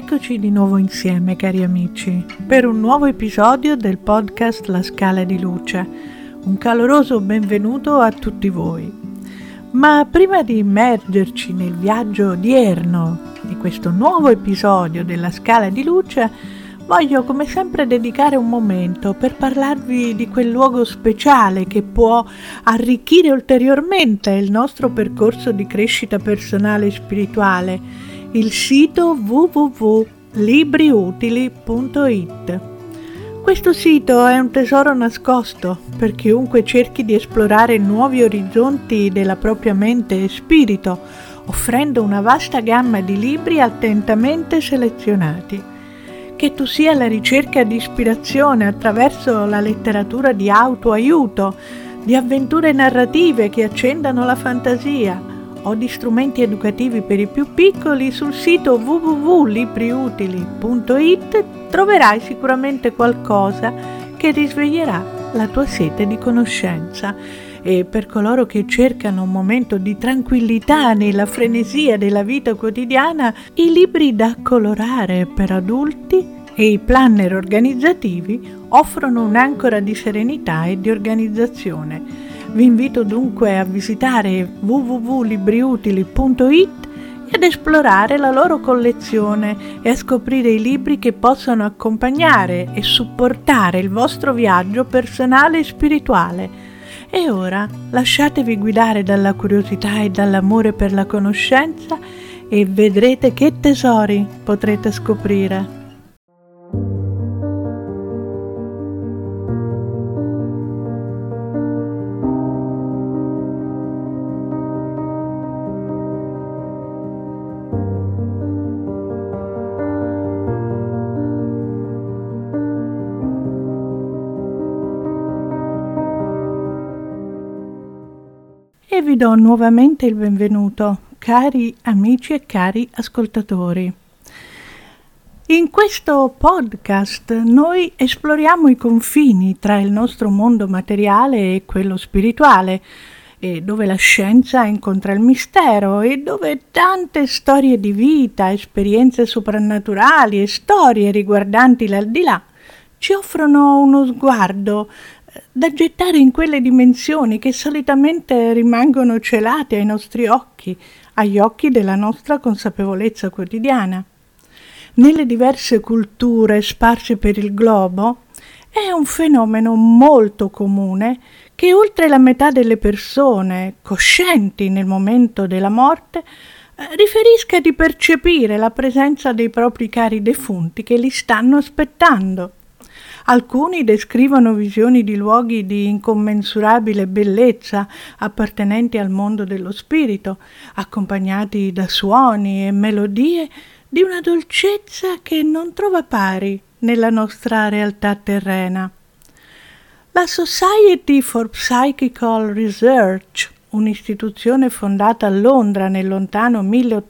Eccoci di nuovo insieme, cari amici, per un nuovo episodio del podcast La Scala di Luce. Un caloroso benvenuto a tutti voi. Ma prima di immergerci nel viaggio odierno di questo nuovo episodio della Scala di Luce, voglio come sempre dedicare un momento per parlarvi di quel luogo speciale che può arricchire ulteriormente il nostro percorso di crescita personale e spirituale, il sito www.libriutili.it. Questo sito è un tesoro nascosto per chiunque cerchi di esplorare nuovi orizzonti della propria mente e spirito, offrendo una vasta gamma di libri attentamente selezionati. Che tu sia alla ricerca di ispirazione attraverso la letteratura di autoaiuto, di avventure narrative che accendano la fantasia o di strumenti educativi per i più piccoli, sul sito www.libriutili.it troverai sicuramente qualcosa che risveglierà la tua sete di conoscenza. E per coloro che cercano un momento di tranquillità nella frenesia della vita quotidiana, i libri da colorare per adulti e i planner organizzativi offrono un'ancora di serenità e di organizzazione. Vi invito dunque a visitare www.libriutili.it e ad esplorare la loro collezione e a scoprire i libri che possono accompagnare e supportare il vostro viaggio personale e spirituale. E ora lasciatevi guidare dalla curiosità e dall'amore per la conoscenza e vedrete che tesori potrete scoprire. E vi do nuovamente il benvenuto, cari amici e cari ascoltatori. In questo podcast noi esploriamo i confini tra il nostro mondo materiale e quello spirituale, e dove la scienza incontra il mistero e dove tante storie di vita, esperienze soprannaturali e storie riguardanti l'aldilà ci offrono uno sguardo da gettare in quelle dimensioni che solitamente rimangono celate ai nostri occhi, agli occhi della nostra consapevolezza quotidiana. Nelle diverse culture sparse per il globo è un fenomeno molto comune che oltre la metà delle persone coscienti nel momento della morte riferisca di percepire la presenza dei propri cari defunti che li stanno aspettando. Alcuni descrivono visioni di luoghi di incommensurabile bellezza appartenenti al mondo dello spirito, accompagnati da suoni e melodie di una dolcezza che non trova pari nella nostra realtà terrena. La Society for Psychical Research, un'istituzione fondata a Londra nel lontano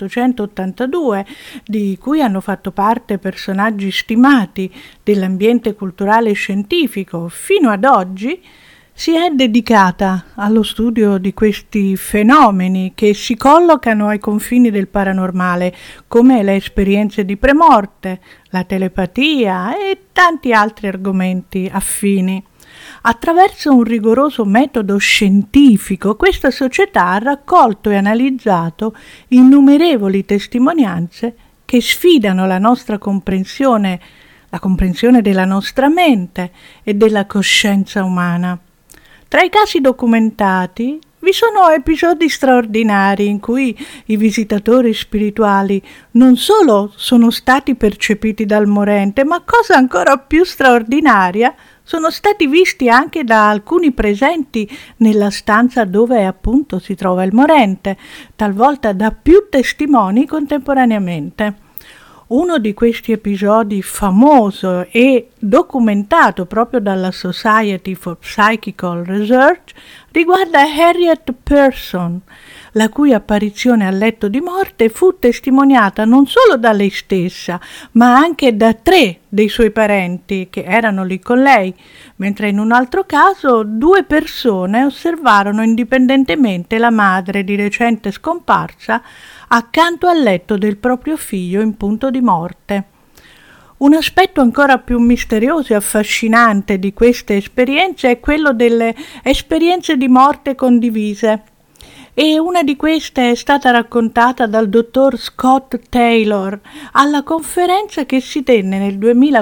1882, di cui hanno fatto parte personaggi stimati dell'ambiente culturale e scientifico fino ad oggi, si è dedicata allo studio di questi fenomeni che si collocano ai confini del paranormale, come le esperienze di premorte, la telepatia e tanti altri argomenti affini. Attraverso un rigoroso metodo scientifico, questa società ha raccolto e analizzato innumerevoli testimonianze che sfidano la nostra comprensione, la comprensione della nostra mente e della coscienza umana. Tra i casi documentati vi sono episodi straordinari in cui i visitatori spirituali non solo sono stati percepiti dal morente, ma cosa ancora più straordinaria, sono stati visti anche da alcuni presenti nella stanza dove appunto si trova il morente, talvolta da più testimoni contemporaneamente. Uno di questi episodi famoso e documentato proprio dalla Society for Psychical Research riguarda Harriet Pearson, la cui apparizione a letto di morte fu testimoniata non solo da lei stessa, ma anche da 3 dei suoi parenti che erano lì con lei, mentre in un altro caso 2 persone osservarono indipendentemente la madre di recente scomparsa accanto al letto del proprio figlio in punto di morte. Un aspetto ancora più misterioso e affascinante di queste esperienze è quello delle esperienze di morte condivise. E una di queste è stata raccontata dal dottor Scott Taylor alla conferenza che si tenne nel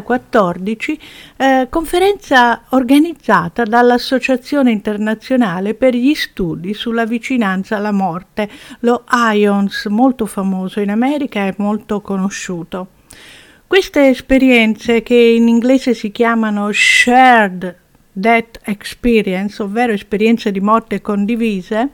2014, conferenza organizzata dall'Associazione Internazionale per gli Studi sulla Vicinanza alla Morte, lo IONS, molto famoso in America e molto conosciuto. Queste esperienze, che in inglese si chiamano Shared Death Experience, ovvero esperienze di morte condivise,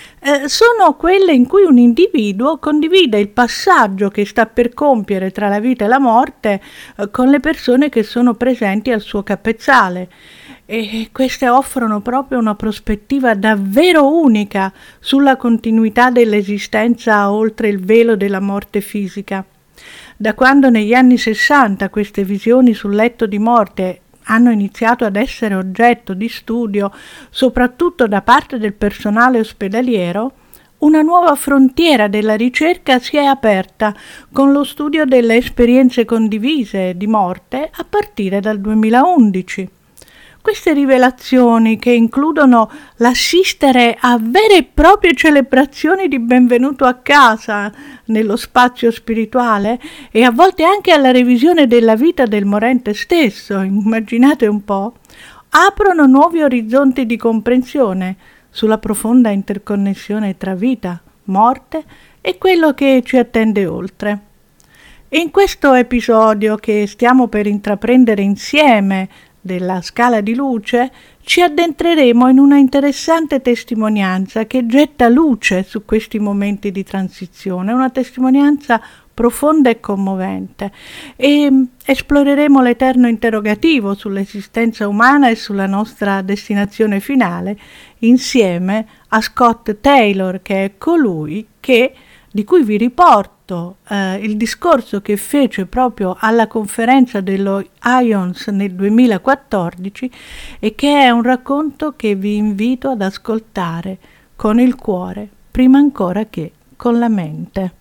sono quelle in cui un individuo condivide il passaggio che sta per compiere tra la vita e la morte con le persone che sono presenti al suo capezzale. E queste offrono proprio una prospettiva davvero unica sulla continuità dell'esistenza oltre il velo della morte fisica. Da quando negli anni 60 queste visioni sul letto di morte hanno iniziato ad essere oggetto di studio, soprattutto da parte del personale ospedaliero, una nuova frontiera della ricerca si è aperta con lo studio delle esperienze condivise di morte a partire dal 2011. Queste rivelazioni, che includono l'assistere a vere e proprie celebrazioni di benvenuto a casa nello spazio spirituale e a volte anche alla revisione della vita del morente stesso, immaginate un po', aprono nuovi orizzonti di comprensione sulla profonda interconnessione tra vita, morte e quello che ci attende oltre. E in questo episodio che stiamo per intraprendere insieme della scala di luce, ci addentreremo in una interessante testimonianza che getta luce su questi momenti di transizione, una testimonianza profonda e commovente, e esploreremo l'eterno interrogativo sull'esistenza umana e sulla nostra destinazione finale insieme a Scott Taylor, che è colui di cui vi riporto il discorso che fece proprio alla conferenza dello IONS nel 2014 e che è un racconto che vi invito ad ascoltare con il cuore prima ancora che con la mente.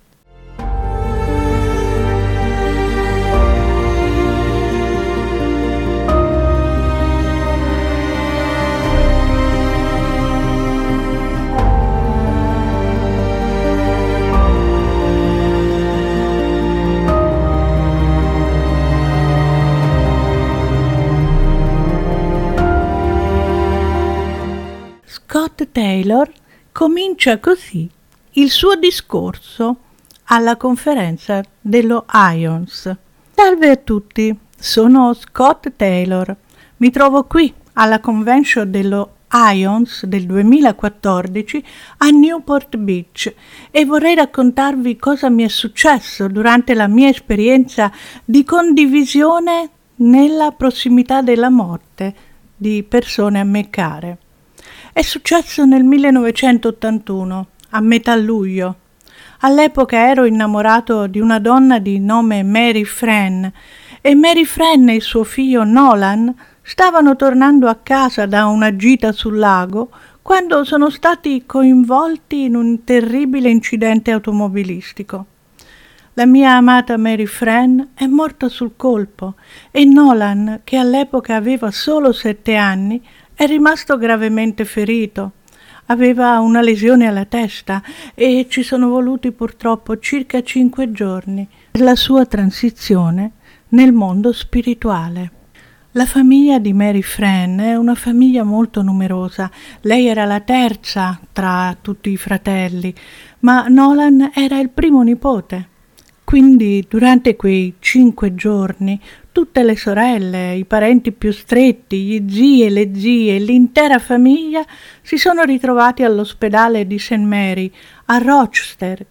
Scott Taylor comincia così il suo discorso alla conferenza dello IONS. Salve a tutti, sono Scott Taylor. Mi trovo qui alla convention dello IONS del 2014 a Newport Beach e vorrei raccontarvi cosa mi è successo durante la mia esperienza di condivisione nella prossimità della morte di persone a me care. È successo nel 1981, a metà luglio. All'epoca ero innamorato di una donna di nome Mary Fran e Mary Fran e il suo figlio Nolan stavano tornando a casa da una gita sul lago quando sono stati coinvolti in un terribile incidente automobilistico. La mia amata Mary Fran è morta sul colpo e Nolan, che all'epoca aveva solo 7 anni, è rimasto gravemente ferito. Aveva una lesione alla testa e ci sono voluti purtroppo circa 5 giorni per la sua transizione nel mondo spirituale. La famiglia di Mary Fran è una famiglia molto numerosa. Lei era la terza tra tutti i fratelli, ma Nolan era il primo nipote. Quindi durante quei 5 giorni tutte le sorelle, i parenti più stretti, gli zii e le zie, l'intera famiglia si sono ritrovati all'ospedale di St. Mary a Rochester,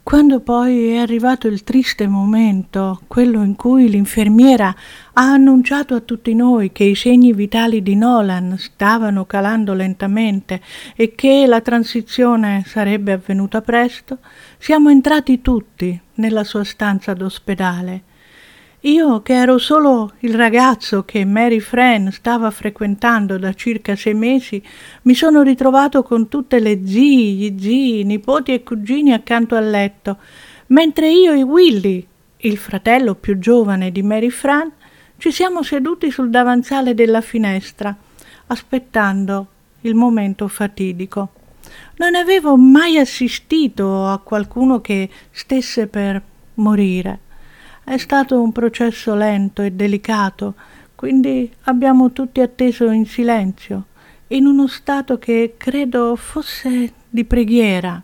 Quando poi è arrivato il triste momento, quello in cui l'infermiera ha annunciato a tutti noi che i segni vitali di Nolan stavano calando lentamente e che la transizione sarebbe avvenuta presto, siamo entrati tutti nella sua stanza d'ospedale. Io, che ero solo il ragazzo che Mary Fran stava frequentando da circa 6 mesi, mi sono ritrovato con tutte le zie, gli zii, nipoti e cugini accanto al letto, mentre io e Willy, il fratello più giovane di Mary Fran, ci siamo seduti sul davanzale della finestra, aspettando il momento fatidico. Non avevo mai assistito a qualcuno che stesse per morire. È stato un processo lento e delicato, quindi abbiamo tutti atteso in silenzio, in uno stato che credo fosse di preghiera.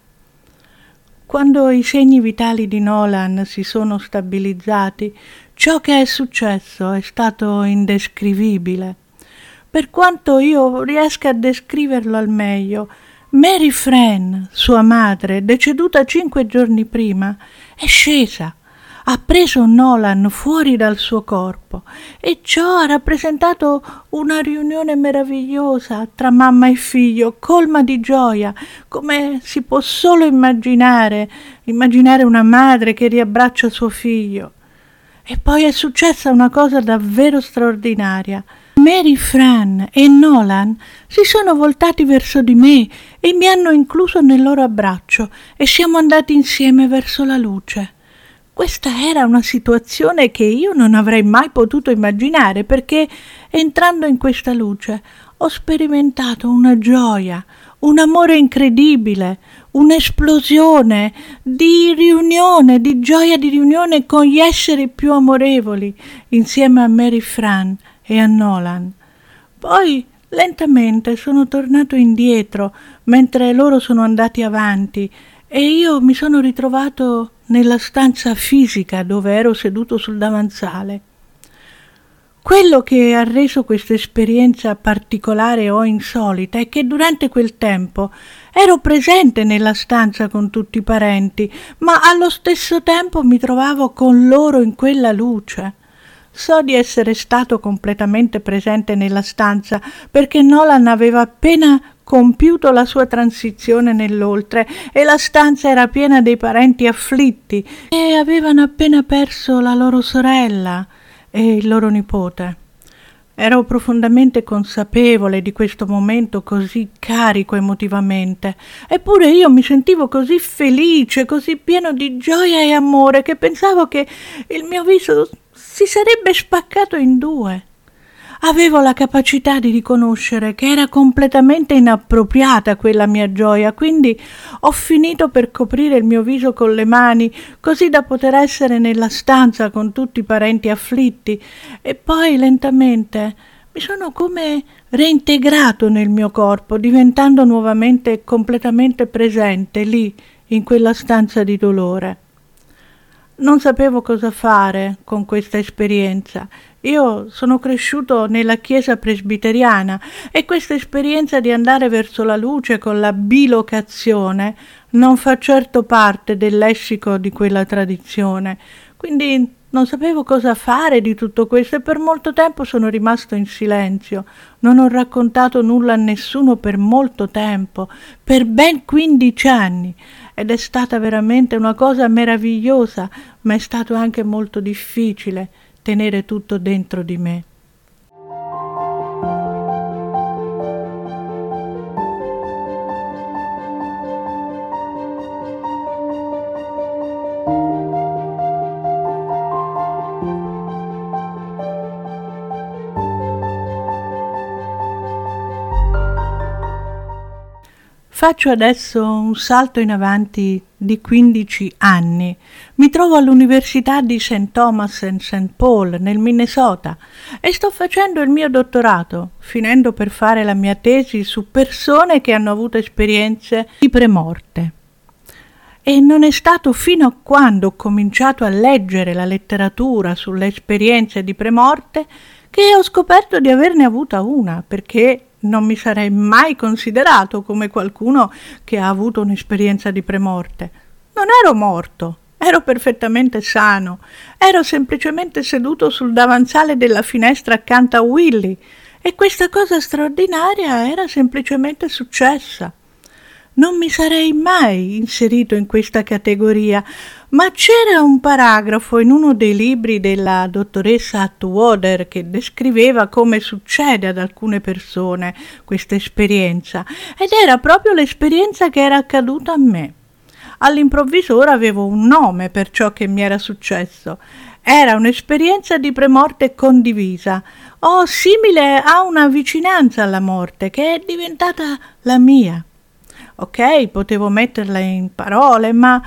Quando i segni vitali di Nolan si sono stabilizzati, ciò che è successo è stato indescrivibile. Per quanto io riesca a descriverlo al meglio, Mary Fran, sua madre, deceduta 5 giorni prima, è scesa. Ha preso Nolan fuori dal suo corpo e ciò ha rappresentato una riunione meravigliosa tra mamma e figlio, colma di gioia, come si può solo immaginare una madre che riabbraccia suo figlio. E poi è successa una cosa davvero straordinaria. Mary Fran e Nolan si sono voltati verso di me e mi hanno incluso nel loro abbraccio e siamo andati insieme verso la luce. Questa era una situazione che io non avrei mai potuto immaginare, perché entrando in questa luce ho sperimentato una gioia, un amore incredibile, un'esplosione di riunione, di gioia di riunione con gli esseri più amorevoli, insieme a Mary Fran e a Nolan. Poi lentamente sono tornato indietro mentre loro sono andati avanti e io mi sono ritrovato nella stanza fisica dove ero seduto sul davanzale. Quello che ha reso questa esperienza particolare o insolita è che durante quel tempo ero presente nella stanza con tutti i parenti, ma allo stesso tempo mi trovavo con loro in quella luce. So di essere stato completamente presente nella stanza perché Nolan aveva appena compiuto la sua transizione nell'oltre e la stanza era piena dei parenti afflitti e avevano appena perso la loro sorella e il loro nipote. Ero profondamente consapevole di questo momento così carico emotivamente, eppure io mi sentivo così felice, così pieno di gioia e amore che pensavo che il mio viso si sarebbe spaccato in due. Avevo la capacità di riconoscere che era completamente inappropriata quella mia gioia, quindi ho finito per coprire il mio viso con le mani, così da poter essere nella stanza con tutti i parenti afflitti, e poi lentamente mi sono come reintegrato nel mio corpo, diventando nuovamente completamente presente lì, in quella stanza di dolore. Non sapevo cosa fare con questa esperienza. Io sono cresciuto nella chiesa presbiteriana e questa esperienza di andare verso la luce con la bilocazione non fa certo parte del lessico di quella tradizione. Quindi non sapevo cosa fare di tutto questo e per molto tempo sono rimasto in silenzio. Non ho raccontato nulla a nessuno per molto tempo, per ben 15 anni. Ed è stata veramente una cosa meravigliosa, ma è stato anche molto difficile tenere tutto dentro di me. Faccio adesso un salto in avanti di 15 anni. Mi trovo all'Università di St. Thomas and St. Paul nel Minnesota e sto facendo il mio dottorato, finendo per fare la mia tesi su persone che hanno avuto esperienze di premorte. E non è stato fino a quando ho cominciato a leggere la letteratura sulle esperienze di premorte che ho scoperto di averne avuta una, perché non mi sarei mai considerato come qualcuno che ha avuto un'esperienza di premorte. Non ero morto, ero perfettamente sano, ero semplicemente seduto sul davanzale della finestra accanto a Willy e questa cosa straordinaria era semplicemente successa. Non mi sarei mai inserito in questa categoria, ma c'era un paragrafo in uno dei libri della dottoressa Atwater che descriveva come succede ad alcune persone questa esperienza, ed era proprio l'esperienza che era accaduta a me. All'improvviso ora avevo un nome per ciò che mi era successo. Era un'esperienza di premorte condivisa, o simile a una vicinanza alla morte che è diventata la mia. Ok, potevo metterla in parole, ma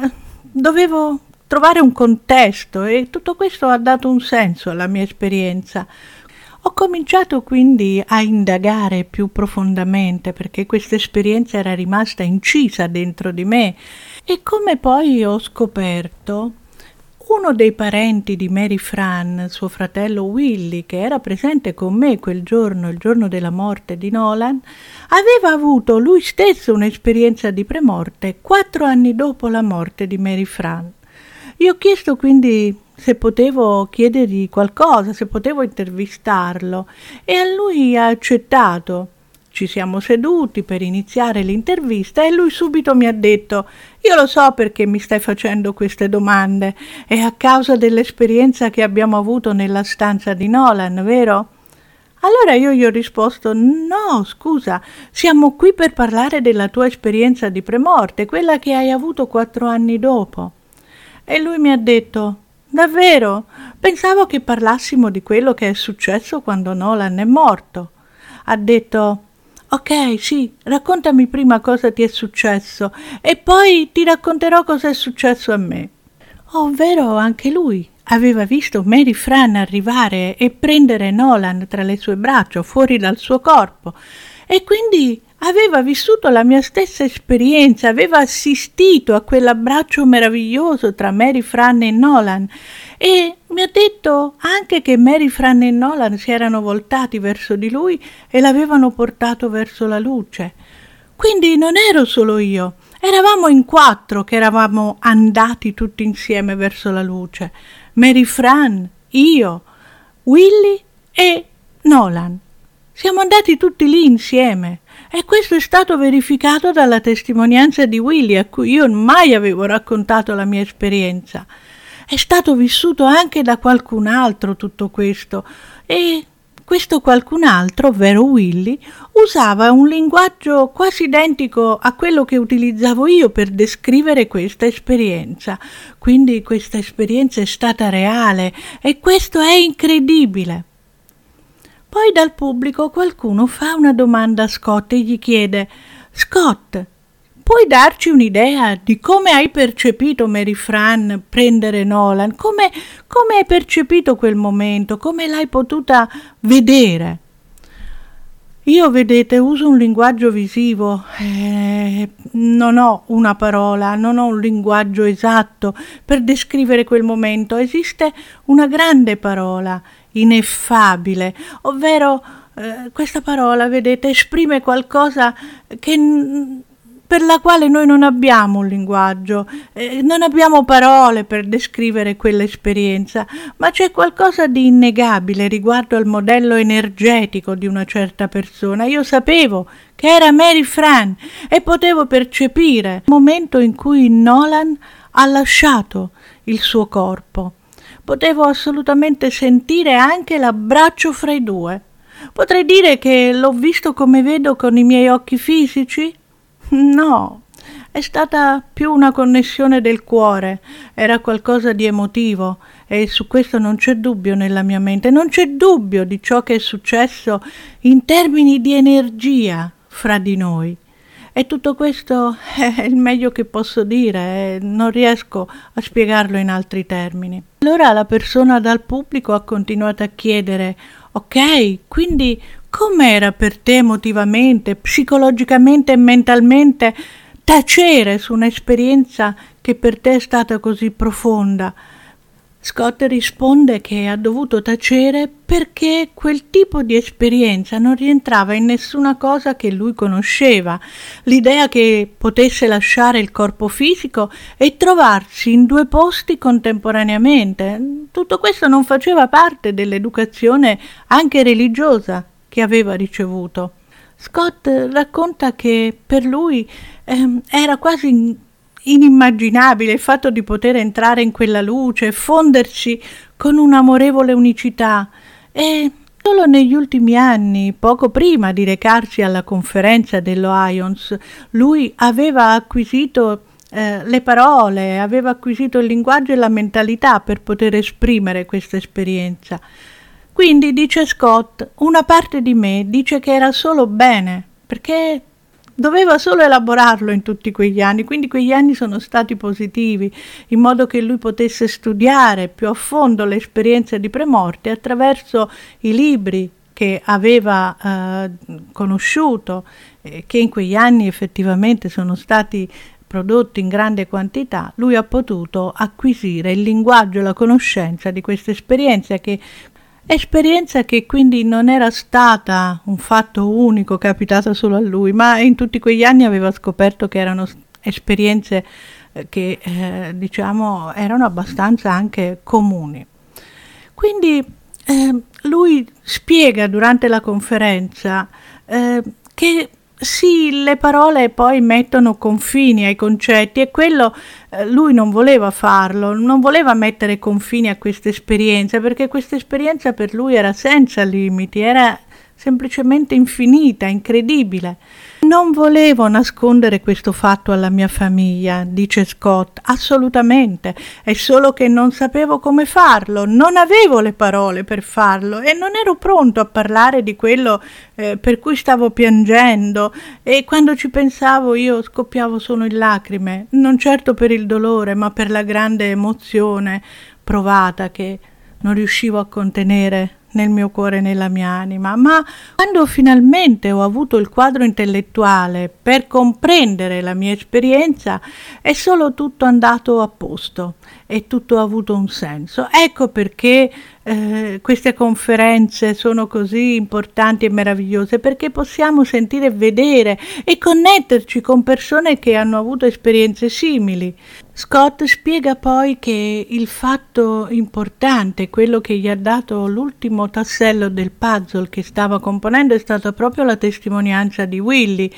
dovevo trovare un contesto e tutto questo ha dato un senso alla mia esperienza. Ho cominciato quindi a indagare più profondamente perché questa esperienza era rimasta incisa dentro di me e come poi ho scoperto, uno dei parenti di Mary Fran, suo fratello Willy, che era presente con me quel giorno, il giorno della morte di Nolan, aveva avuto lui stesso un'esperienza di premorte 4 anni dopo la morte di Mary Fran. Gli ho chiesto quindi se potevo chiedergli qualcosa, se potevo intervistarlo, e a lui ha accettato. Ci siamo seduti per iniziare l'intervista e lui subito mi ha detto: «Io lo so perché mi stai facendo queste domande, è a causa dell'esperienza che abbiamo avuto nella stanza di Nolan, vero?» Allora io gli ho risposto: «No, scusa, siamo qui per parlare della tua esperienza di premorte, quella che hai avuto 4 anni dopo». E lui mi ha detto: «Davvero? Pensavo che parlassimo di quello che è successo quando Nolan è morto». Ha detto: «Ok, sì, raccontami prima cosa ti è successo e poi ti racconterò cosa è successo a me». Ovvero anche lui aveva visto Mary Fran arrivare e prendere Nolan tra le sue braccia fuori dal suo corpo e quindi aveva vissuto la mia stessa esperienza, aveva assistito a quell'abbraccio meraviglioso tra Mary Fran e Nolan e mi ha detto anche che Mary Fran e Nolan si erano voltati verso di lui e l'avevano portato verso la luce. Quindi non ero solo io, eravamo in 4 che eravamo andati tutti insieme verso la luce. Mary Fran, io, Willy e Nolan. Siamo andati tutti lì insieme e questo è stato verificato dalla testimonianza di Willy, a cui io mai avevo raccontato la mia esperienza. È stato vissuto anche da qualcun altro tutto questo e questo qualcun altro, ovvero Willy, usava un linguaggio quasi identico a quello che utilizzavo io per descrivere questa esperienza. Quindi questa esperienza è stata reale e questo è incredibile. Poi dal pubblico qualcuno fa una domanda a Scott e gli chiede: «Scott, puoi darci un'idea di come hai percepito Mary Fran prendere Nolan? Come hai percepito quel momento? Come l'hai potuta vedere?» Io, vedete, uso un linguaggio visivo, non ho una parola, non ho un linguaggio esatto per descrivere quel momento. Esiste una grande parola, ineffabile, ovvero questa parola, vedete, esprime qualcosa per la quale noi non abbiamo un linguaggio, non abbiamo parole per descrivere quell'esperienza, ma c'è qualcosa di innegabile riguardo al modello energetico di una certa persona. Io sapevo che era Mary Fran e potevo percepire il momento in cui Nolan ha lasciato il suo corpo. Potevo assolutamente sentire anche l'abbraccio fra i due. Potrei dire che l'ho visto come vedo con i miei occhi fisici? No, è stata più una connessione del cuore, era qualcosa di emotivo e su questo non c'è dubbio nella mia mente, non c'è dubbio di ciò che è successo in termini di energia fra di noi. E tutto questo è il meglio che posso dire, non riesco a spiegarlo in altri termini. Allora la persona dal pubblico ha continuato a chiedere: «Ok, quindi com'era per te emotivamente, psicologicamente e mentalmente tacere su un'esperienza che per te è stata così profonda?» Scott risponde che ha dovuto tacere perché quel tipo di esperienza non rientrava in nessuna cosa che lui conosceva. L'idea che potesse lasciare il corpo fisico e trovarsi in due posti contemporaneamente, tutto questo non faceva parte dell'educazione anche religiosa che aveva ricevuto. Scott racconta che per lui era quasi inimmaginabile il fatto di poter entrare in quella luce, fondersi con un'amorevole unicità, e solo negli ultimi anni, poco prima di recarsi alla conferenza dello Ions, lui aveva acquisito le parole, aveva acquisito il linguaggio e la mentalità per poter esprimere questa esperienza. Quindi, dice Scott, una parte di me dice che era solo bene, perché doveva solo elaborarlo in tutti quegli anni, quindi quegli anni sono stati positivi, in modo che lui potesse studiare più a fondo l'esperienza di premorte attraverso i libri che aveva conosciuto, che in quegli anni effettivamente sono stati prodotti in grande quantità. Lui ha potuto acquisire il linguaggio e la conoscenza di questa esperienza che quindi non era stata un fatto unico capitato solo a lui, ma in tutti quegli anni aveva scoperto che erano esperienze che diciamo erano abbastanza anche comuni. Quindi lui spiega durante la conferenza che sì, le parole poi mettono confini ai concetti, e quello lui non voleva farlo, non voleva mettere confini a questa esperienza, perché questa esperienza per lui era senza limiti, era semplicemente infinita, incredibile. Non volevo nascondere questo fatto alla mia famiglia, dice Scott, assolutamente, è solo che non sapevo come farlo, non avevo le parole per farlo e non ero pronto a parlare di quello per cui stavo piangendo, e quando ci pensavo io scoppiavo solo in lacrime, non certo per il dolore, ma per la grande emozione provata che non riuscivo a contenere nel mio cuore e nella mia anima. Ma quando finalmente ho avuto il quadro intellettuale per comprendere la mia esperienza, è solo tutto andato a posto e tutto ha avuto un senso. Ecco perché queste conferenze sono così importanti e meravigliose, perché possiamo sentire e vedere e connetterci con persone che hanno avuto esperienze simili. Scott spiega poi che il fatto importante, quello che gli ha dato l'ultimo tassello del puzzle che stava componendo, è stata proprio la testimonianza di Willy,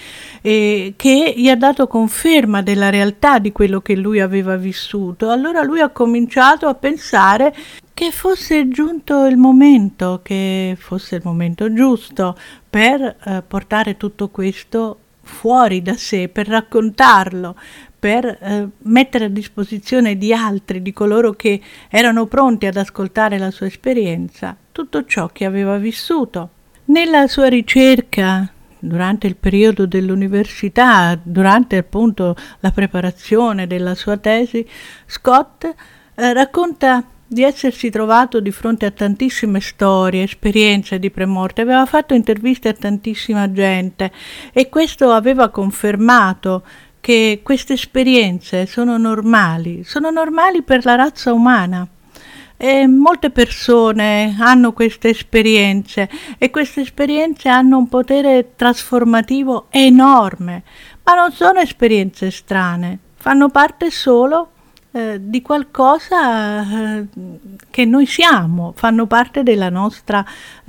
che gli ha dato conferma della realtà di quello che lui aveva vissuto. Allora lui ha cominciato a pensare che fosse giunto il momento, che fosse il momento giusto per portare tutto questo fuori da sé, per raccontarlo, per mettere a disposizione di altri, di coloro che erano pronti ad ascoltare la sua esperienza, tutto ciò che aveva vissuto. Nella sua ricerca, durante il periodo dell'università, durante appunto la preparazione della sua tesi, Scott racconta di essersi trovato di fronte a tantissime storie, esperienze di premorte, aveva fatto interviste a tantissima gente e questo aveva confermato che queste esperienze sono normali per la razza umana. E molte persone hanno queste esperienze e queste esperienze hanno un potere trasformativo enorme, ma non sono esperienze strane, fanno parte solo di qualcosa che noi siamo, fanno parte della nostra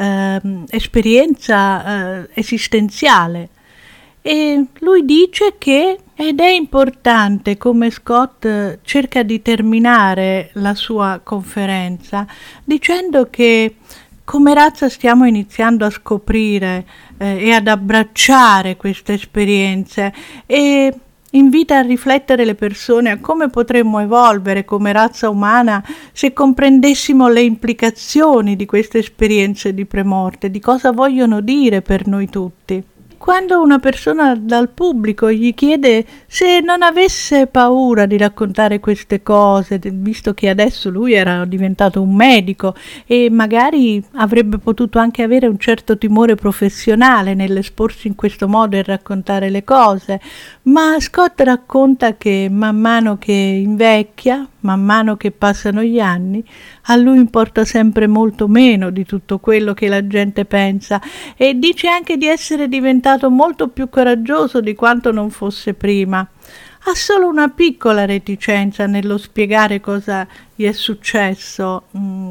esperienza esistenziale. E lui dice che, ed è importante come Scott cerca di terminare la sua conferenza dicendo che come razza stiamo iniziando a scoprire e ad abbracciare queste esperienze, e invita a riflettere le persone a come potremmo evolvere come razza umana se comprendessimo le implicazioni di queste esperienze di premorte, di cosa vogliono dire per noi tutti. Quando una persona dal pubblico gli chiede se non avesse paura di raccontare queste cose, visto che adesso lui era diventato un medico e magari avrebbe potuto anche avere un certo timore professionale nell'esporsi in questo modo e raccontare le cose, ma Scott racconta che man mano che invecchia, man mano che passano gli anni, a lui importa sempre molto meno di tutto quello che la gente pensa, e dice anche di essere diventato molto più coraggioso di quanto non fosse prima. Ha solo una piccola reticenza nello spiegare cosa gli è successo,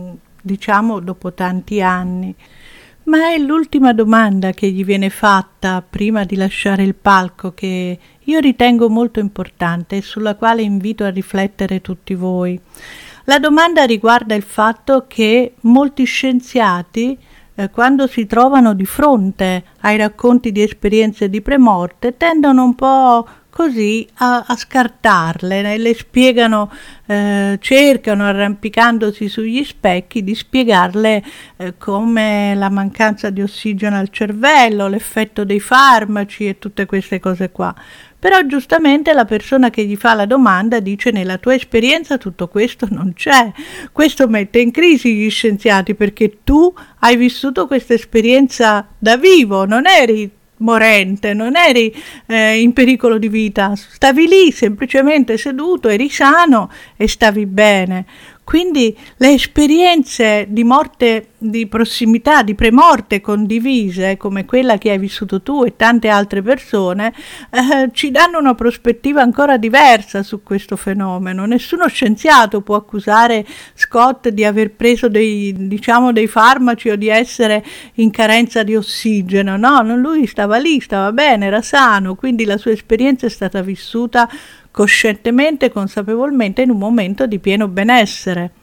diciamo dopo tanti anni. Ma è l'ultima domanda che gli viene fatta prima di lasciare il palco che io ritengo molto importante e sulla quale invito a riflettere tutti voi. La domanda riguarda il fatto che molti scienziati, quando si trovano di fronte ai racconti di esperienze di premorte, tendono un po' così a scartarle, le spiegano, cercano, arrampicandosi sugli specchi, di spiegarle come la mancanza di ossigeno al cervello, l'effetto dei farmaci e tutte queste cose qua. Però giustamente la persona che gli fa la domanda dice: nella tua esperienza tutto questo non c'è. Questo mette in crisi gli scienziati, perché tu hai vissuto questa esperienza da vivo, non eri morente, non eri in pericolo di vita, stavi lì semplicemente seduto, eri sano e stavi bene. Quindi le esperienze di morte di prossimità, di premorte condivise, come quella che hai vissuto tu e tante altre persone, ci danno una prospettiva ancora diversa su questo fenomeno. Nessuno scienziato può accusare Scott di aver preso dei farmaci o di essere in carenza di ossigeno. No, lui stava lì, stava bene, era sano, quindi la sua esperienza è stata vissuta coscientemente, consapevolmente, in un momento di pieno benessere.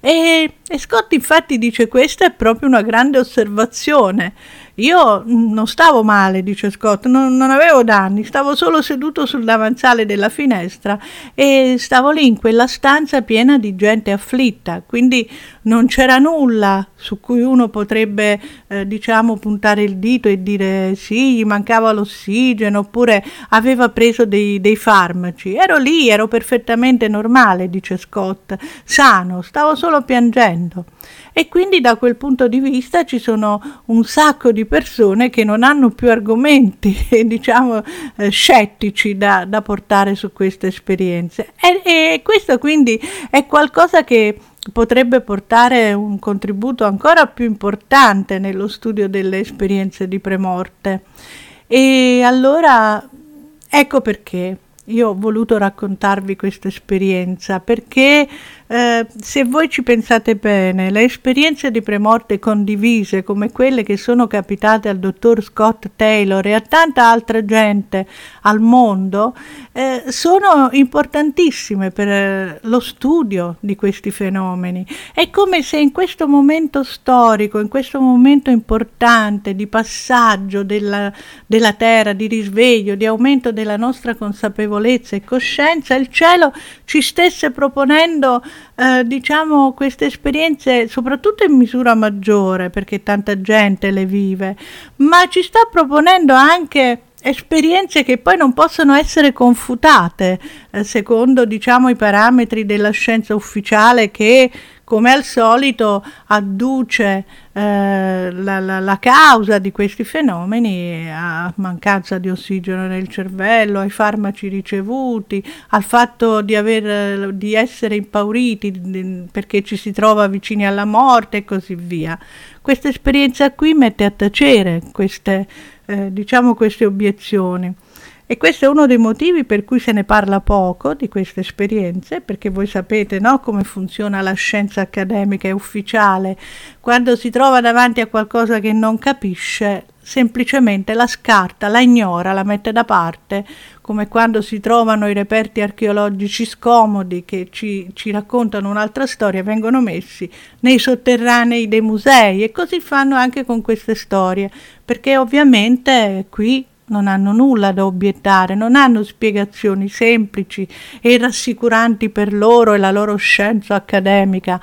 E Scott infatti dice: questa è proprio una grande osservazione. Io non stavo male, dice Scott, non avevo danni, stavo solo seduto sul davanzale della finestra e stavo lì in quella stanza piena di gente afflitta, quindi non c'era nulla su cui uno potrebbe puntare il dito e dire sì, gli mancava l'ossigeno oppure aveva preso dei farmaci. Ero lì, ero perfettamente normale, dice Scott, sano, stavo solo piangendo. E quindi da quel punto di vista ci sono un sacco di persone che non hanno più argomenti scettici da portare su queste esperienze, e questo quindi è qualcosa che potrebbe portare un contributo ancora più importante nello studio delle esperienze di premorte. E allora ecco perché io ho voluto raccontarvi questa esperienza, perché se voi ci pensate bene, le esperienze di premorte condivise come quelle che sono capitate al dottor Scott Taylor e a tanta altra gente al mondo sono importantissime per lo studio di questi fenomeni. È come se in questo momento storico, in questo momento importante di passaggio della Terra, di risveglio, di aumento della nostra consapevolezza e coscienza, il cielo ci stesse proponendo queste esperienze, soprattutto in misura maggiore perché tanta gente le vive, ma ci sta proponendo anche esperienze che poi non possono essere confutate secondo i parametri della scienza ufficiale, che come al solito adduce la causa di questi fenomeni a mancanza di ossigeno nel cervello, ai farmaci ricevuti, al fatto di essere impauriti perché ci si trova vicini alla morte e così via. Questa esperienza qui mette a tacere queste obiezioni. E questo è uno dei motivi per cui se ne parla poco di queste esperienze, perché voi sapete, no, come funziona la scienza accademica e ufficiale. Quando si trova davanti a qualcosa che non capisce, semplicemente la scarta, la ignora, la mette da parte, come quando si trovano i reperti archeologici scomodi che ci raccontano un'altra storia, vengono messi nei sotterranei dei musei, e così fanno anche con queste storie, perché ovviamente qui non hanno nulla da obiettare, non hanno spiegazioni semplici e rassicuranti per loro e la loro scienza accademica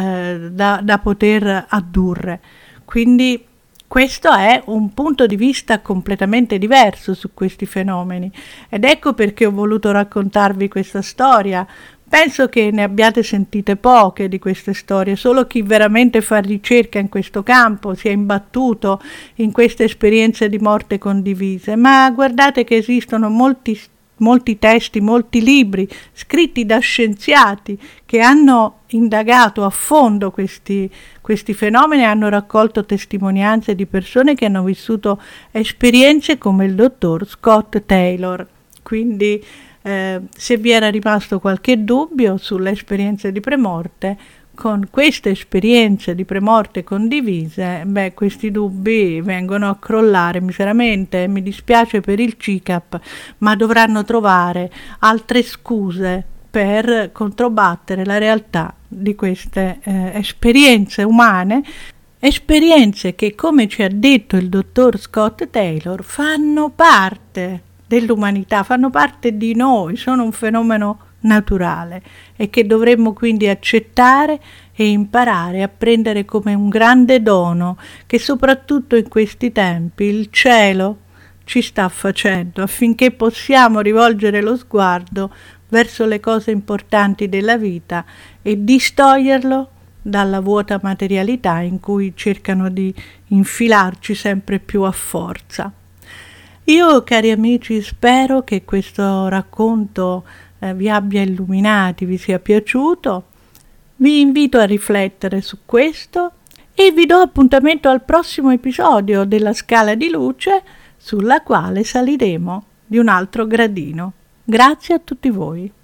da poter addurre. Quindi questo è un punto di vista completamente diverso su questi fenomeni, ed ecco perché ho voluto raccontarvi questa storia. Penso che ne abbiate sentite poche di queste storie, solo chi veramente fa ricerca in questo campo si è imbattuto in queste esperienze di morte condivise, ma guardate che esistono molti molti testi, molti libri scritti da scienziati che hanno indagato a fondo questi fenomeni, hanno raccolto testimonianze di persone che hanno vissuto esperienze come il dottor Scott Taylor. Quindi se vi era rimasto qualche dubbio sulle esperienze di premorte, con queste esperienze di premorte condivise, questi dubbi vengono a crollare miseramente. Mi dispiace per il CICAP, ma dovranno trovare altre scuse per controbattere la realtà di queste esperienze umane, esperienze che, come ci ha detto il dottor Scott Taylor, fanno parte dell'umanità, fanno parte di noi, sono un fenomeno naturale e che dovremmo quindi accettare e imparare a prendere come un grande dono che soprattutto in questi tempi il cielo ci sta facendo, affinché possiamo rivolgere lo sguardo verso le cose importanti della vita e distoglierlo dalla vuota materialità in cui cercano di infilarci sempre più a forza. Io, cari amici, spero che questo racconto vi abbia illuminati, vi sia piaciuto. Vi invito a riflettere su questo e vi do appuntamento al prossimo episodio della Scala di Luce, sulla quale saliremo di un altro gradino. Grazie a tutti voi.